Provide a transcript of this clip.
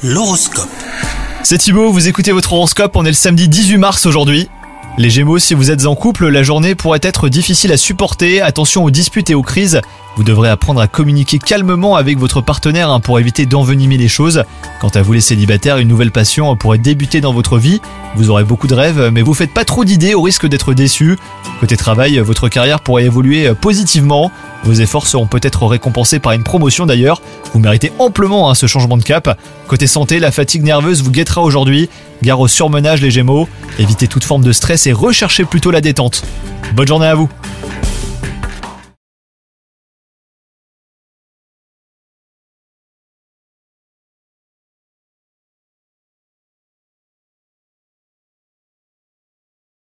L'horoscope. C'est Thibaut, vous écoutez votre horoscope, on est le samedi 18 mars aujourd'hui. Les Gémeaux, si vous êtes en couple, la journée pourrait être difficile à supporter, attention aux disputes et aux crises. Vous devrez apprendre à communiquer calmement avec votre partenaire pour éviter d'envenimer les choses. Quant à vous les célibataires, une nouvelle passion pourrait débuter dans votre vie. Vous aurez beaucoup de rêves, mais vous faites pas trop d'idées au risque d'être déçus. Côté travail, votre carrière pourrait évoluer positivement. Vos efforts seront peut-être récompensés par une promotion d'ailleurs. Vous méritez amplement ce changement de cap. Côté santé, la fatigue nerveuse vous guettera aujourd'hui. Gare au surmenage les Gémeaux. Évitez toute forme de stress et recherchez plutôt la détente. Bonne journée à vous.